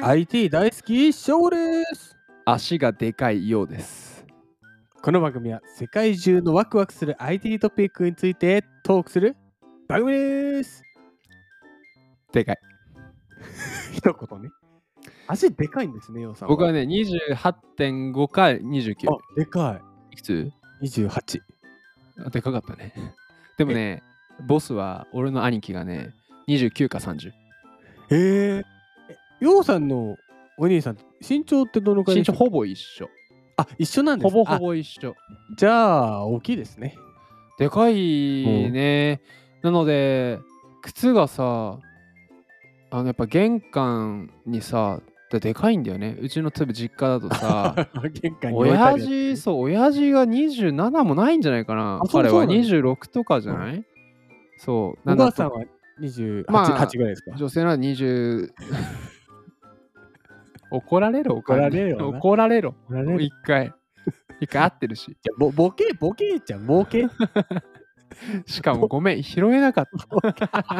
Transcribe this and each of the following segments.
IT 大好き翔吾です。 足がでかいようです。 この番組は世界中のワクワクする IT トピックについてトークする番組です。 でかい。 一言ね。足でかいんですね、ようさんは。 僕はね、28.5か29。 あ、でかいくつい。28。 でかかったね。でもね、ボスは俺の兄貴がね、29か30。 ようさんのお兄さん、身長ってどのくらいですか？ 身長ほぼ一緒。 あ、一緒なんですほぼほぼ一緒。 じゃあ、大きいですね。 でかいね。なので、靴がさ、やっぱ玄関にさ、でかいんだよね。うちの例えば実家だとさ、 玄関に置いたりやつね。 親父が27もないんじゃないかな。彼は26とかじゃない？そう。 お母さんは28、8ぐらいですか？ 女性なら20怒られろ。一回会ってるし。 ボケじゃん、ボケ。 しかもごめん、拾えなかった。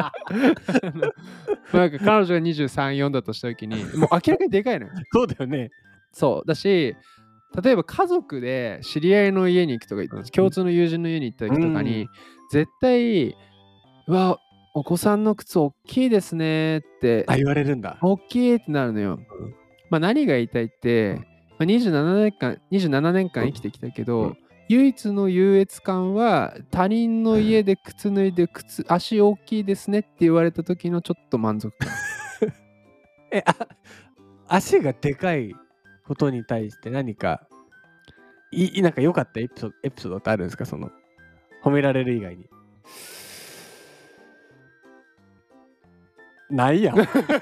なんか彼女が23、4だとしたときに、もう明らかにでかいのよ。 そうだよね。 そうだし、例えば家族で知り合いの家に行くとか、共通の友人の家に行った時とかに、絶対、うわ、お子さんの靴大きいですねって言われるんだ。 大きいってなるのよ。何が言いたいって、27年間生きてきたけど、唯一の優越感は他人の家で靴脱いで足大きいですねって言われた時のちょっと満足感。 足がでかいことに対して何かなんか良かったエピソードってあるんですか？その褒められる以外に。ないやん。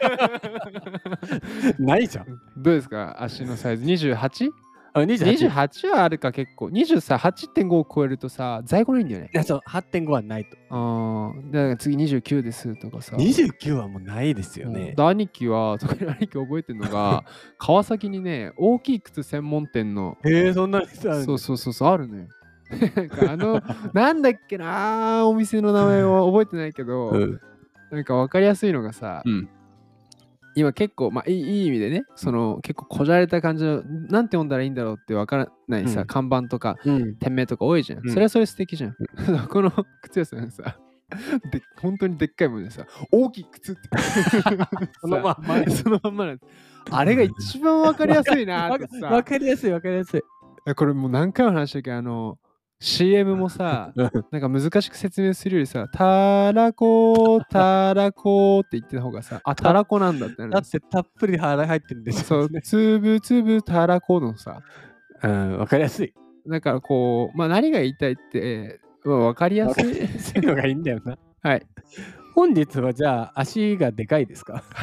ないじゃん。 どうですか足のサイズ 28？ 28 はあるか結構。8.5 を超えるとさ、在庫ないんだよね。 いや、そう、8.5 はないと。 だから次29ですとかさ。 29はもうないですよね。 兄貴覚えてるのが、川崎にね、大きい靴専門店の。 そんなにさ、 そう、あるね。なんだっけな、お店の名前は覚えてないけど、なんか分かりやすいのがさ、今結構、いい意味でね、結構こじゃれた感じの、なんて読んだらいいんだろうって分からないさ、看板とか、店名とか多いじゃん。それはそれ素敵じゃん。この靴屋さんさ、本当にでっかいもんでさ、大きい靴ってそのまんまなんです。あれが一番分かりやすいなってさ。 分かりやすい。 これもう何回も話したけど、CM もさ、なんか難しく説明するよりさ、たらこって言ってた方がさ、たらこなんだってなる。 だってたっぷり腹入ってるんですよね。そう、つぶつぶたらこのさ。 わかりやすい。 だから何が言いたいって、わかりやすいのがいいんだよな。 はい。 本日はじゃあ足がでかいですか？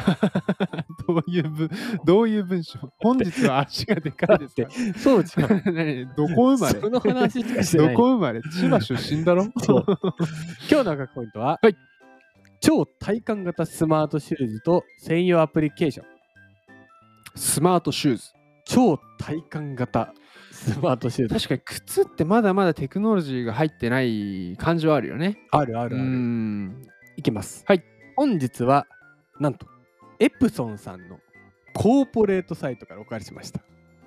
どういう文章？本日は足がでかいですか？ そうじゃん。 どこ生まれ？ その話しかしてない。 どこ生まれ？千葉出身だろ？ 今日の学ポイントは、超体感型スマートシューズと専用アプリケーション。 スマートシューズ。 超体感型スマートシューズ。 確かに靴ってまだまだテクノロジーが入ってない感じはあるよね。 ある。いきます。はい。本日はなんとエプソンさんのコーポレートサイトからお借りしました。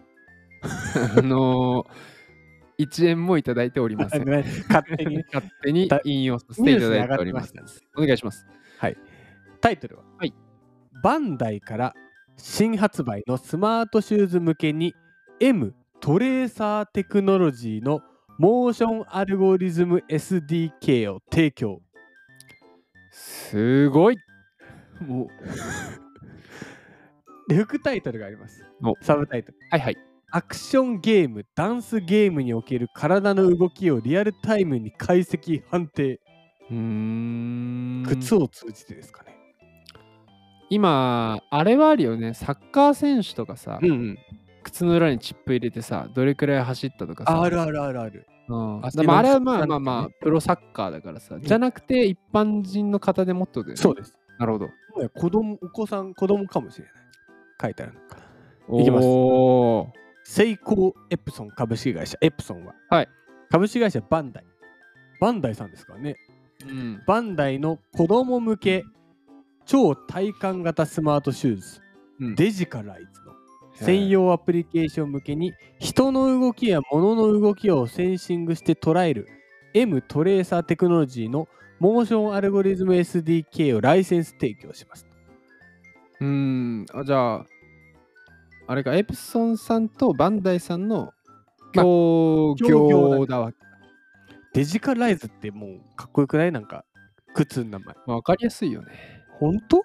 1円もいただいておりません。 勝手に引用させていただいております。お願いします。 はい。タイトルは、バンダイから新発売のスマートシューズ向けに M トレーサーテクノロジーのモーションアルゴリズム SDK を提供。 すごい。もうで、副タイトルがあります。サブタイトル。アクションゲーム、ダンスゲームにおける体の動きをリアルタイムに解析判定。靴を通じてですかね。 今あれはあるよね。サッカー選手とかさ、靴の裏にチップ入れてさ、どれくらい走ったとかさ。 ある。 あれはまあプロサッカーだからさ、じゃなくて一般人の方でもってことだよね。 そうです。 なるほど。 子供かもしれない。書いてあるのか。いきます。セイコーエプソン株式会社。エプソンは、株式会社バンダイ。バンダイさんですからね。バンダイの子供向け超体感型スマートシューズデジカライズの専用アプリケーション向けに人の動きや物の動きをセンシングして捉える M トレーサーテクノロジーのモーションアルゴリズム SDK をライセンス提供します。 じゃあ、あれか、エプソンさんとバンダイさんの協業だわけ。 デジカライズってもうかっこよくない？なんか靴の名前。 わかりやすいよね。 本当？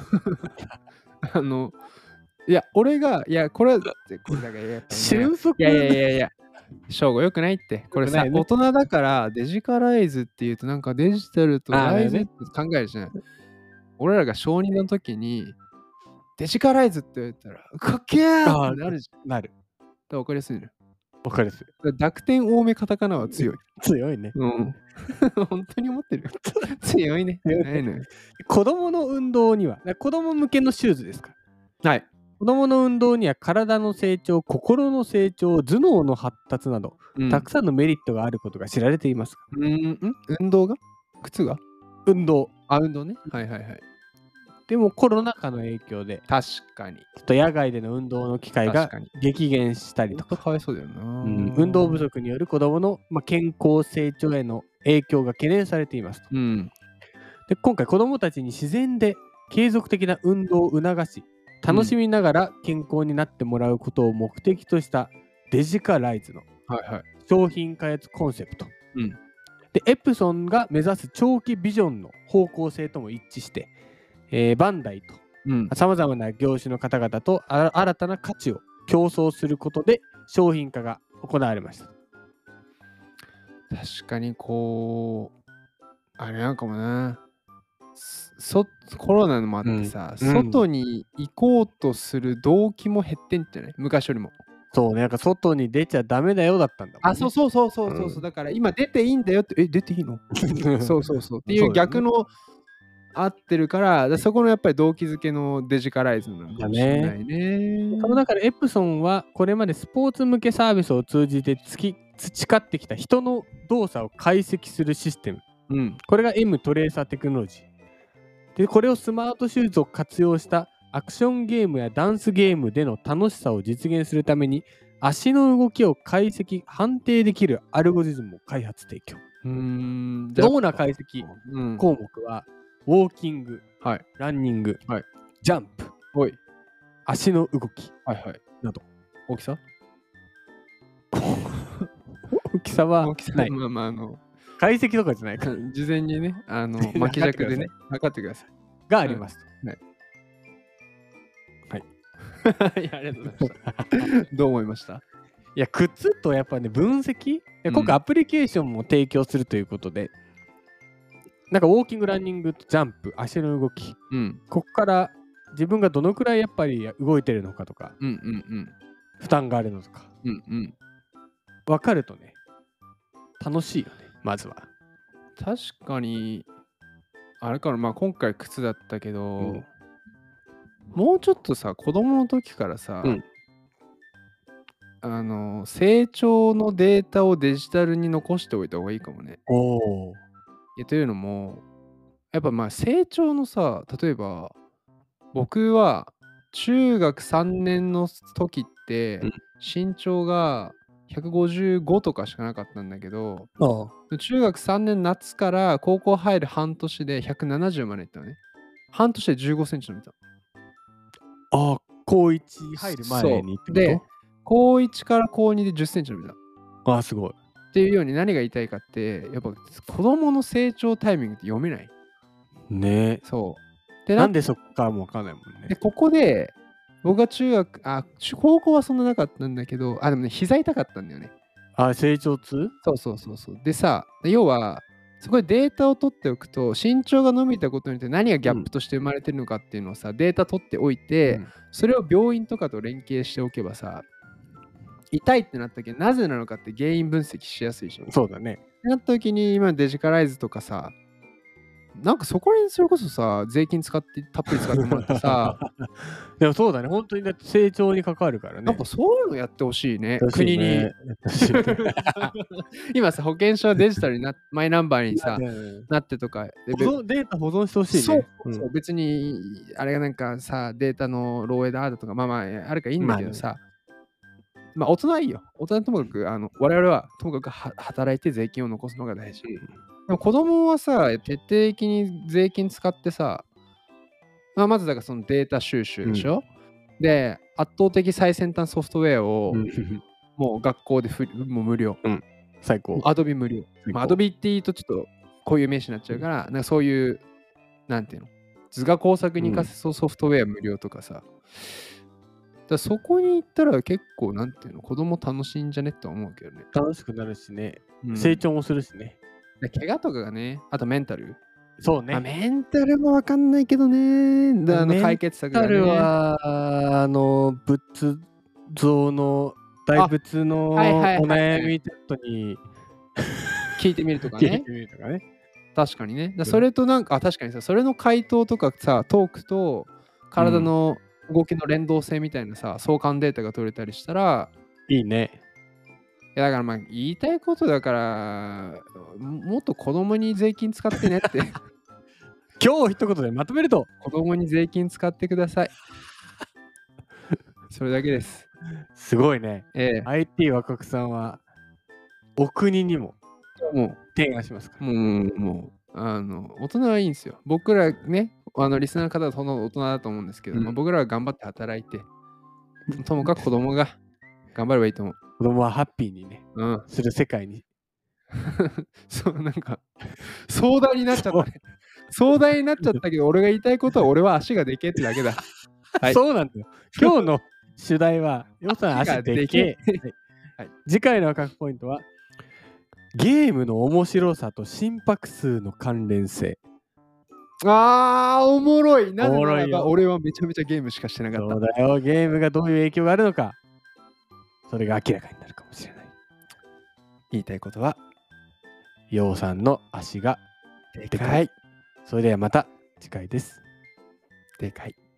いや、俺が、いや、これは、これだからやっぱ、ね、 俊足。 いや、正吾よくないって。これさ、大人だからデジカライズっていうと、なんかデジタルとライズって考えるじゃない。俺らが小2の時に、デジカライズって言われたら、かっけーってなるじゃん。 なる。 わかりやすいね。 わかりやすい。 濁点多めカタカナは強い。 強いね。 本当に思ってる。強いね。 子供の運動には、子供向けのシューズですか？ はい。 子供の運動には体の成長、心の成長、頭脳の発達など、たくさんのメリットがあることが知られています。 運動が？靴が？ 運動。 運動ね。はい。 でもコロナ禍の影響で、 確かに。 ちょっと野外での運動の機会が激減したりとか、 かわいそうだよな。 運動不足による子供の、健康成長への影響が懸念されています。で、今回子供たちに自然で継続的な運動を促し、楽しみながら健康になってもらうことを目的としたデジカライズの商品開発コンセプト。で、エプソンが目指す長期ビジョンの方向性とも一致して、バンダイとさまざまな業種の方々と新たな価値を競争することで商品化が行われました。 確かにあれなんかもな。コロナのもあってさ、外に行こうとする動機も減ってんじゃない？昔よりも。 そうね、なんか外に出ちゃダメだよだったんだもんね。 そう。だから今出ていいんだよって、出ていいの？そう。っていう逆の合ってるから、そこのやっぱり動機づけのデジカライズなのかもしれないね。 だからエプソンはこれまでスポーツ向けサービスを通じて培ってきた人の動作を解析するシステム。これが M トレーサーテクノロジー。で、これをスマートシューズを活用したアクションゲームやダンスゲームでの楽しさを実現するために足の動きを解析・判定できるアルゴリズムを開発提供。主な解析項目はウォーキング、ランニング、ジャンプ、足の動きなど。 大きさ？ 大きさはない。解析とかじゃないか。 事前にね、巻き尺でね、測ってください。 があります。 はい。ありがとうございました。どう思いました？ いや、靴とやっぱね、分析？今回アプリケーションも提供するということで、なんかウォーキング、ランニングとジャンプ、足の動き、ここから自分がどのくらいやっぱり動いてるのかとか、負担があるのとか、分かるとね、楽しいよね。まずは確かにあれかな、今回靴だったけど、もうちょっとさ、子供の時からさ、成長のデータをデジタルに残しておいた方がいいかもね。というのもやっぱ成長のさ、例えば僕は中学3年の時って身長が155とかしかなかったんだけど、中学3年夏から高校入る半年で170までいったのね。半年で15センチ伸びた。 高1入る前にってこと？ で、高1から高2で10センチ伸びた。 すごい。 っていうように何が言いたいかって、やっぱ子供の成長タイミングって読めない。 ね。 そう。 で、なんでそっからもわかんないもんね。 で、ここで僕が高校はそんななかったんだけど、でもね、膝痛かったんだよね。 成長痛？ そう。でさ、要は、そこでデータを取っておくと、身長が伸びたことによって何がギャップとして生まれてるのかっていうのをさ、データ取っておいて、それを病院とかと連携しておけばさ、痛いってなった時なぜなのかって原因分析しやすいでしょ。 そうだね。 なった時に今デジカライズとかさ、 なんかそこにそれこそさ、税金使ってたっぷり使ってもらってさでもそうだね、本当にだって成長に関わるからね。 なんかそういうのやってほしいね、国に。 ね、 今さ、保険証デジタルにマイナンバーにさ、なってとか。 データ保存してほしいね。 そう、別に、あれがなんかさ、データの漏洩だとか、まあまあ、あるからいいんだけどさ、まあ大人はいいよ。大人はともかく、我々はともかく働いて税金を残すのが大事。でも子供はさ、徹底的に税金使ってさ、まずだからそのデータ収集でしょ、で、圧倒的最先端ソフトウェアをもう学校でもう無料。 最高。 アドビ無料。アドビって言うとちょっとこういう名詞になっちゃうから、なんかそういう、なんていうの、図画工作に活かせそうソフトウェア無料とかさ。だそこに行ったら結構、なんていうの、子供楽しいんじゃねって思うけどね。 楽しくなるしね。成長もするしね。 怪我とかがね、あとメンタル。 そうね。 メンタルもわかんないけどね。解決策がね。 メンタルは、仏像の大仏のお悩みチャットに聞いてみるとかね。確かにね。それとなんか、確かにさ、それの回答とかさ、トークと体の動きの連動性みたいなさ、相関データが取れたりしたら、 いいね。 いやだからまあ言いたいことだから、もっと子供に税金使ってねって。 今日一言でまとめると、 子供に税金使ってください。それだけです。 すごいね。IT 若くさんはお国にも提案しますから。 もう大人はいいんですよ。僕らね、リスナーの方はその大人だと思うんですけど、僕らは頑張って働いて、ともかく子供が頑張ればいいと思う。 子供はハッピーにね、する世界に。 そう、なんか、壮大になっちゃったね。壮大になっちゃったけど、俺が言いたいことは、俺は足がでけえってだけだ。 そうなんだよ。今日の主題は、よさん足でけえ。次回の赤ポイントは、ゲームの面白さと心拍数の関連性。 おもろい。なぜならば俺はめちゃめちゃゲームしかしてなかった。 そうだよ。ゲームがどういう影響があるのか、それが明らかになるかもしれない。 言いたいことは、 ようさんの足がでかい。それではまた次回です。 でかい。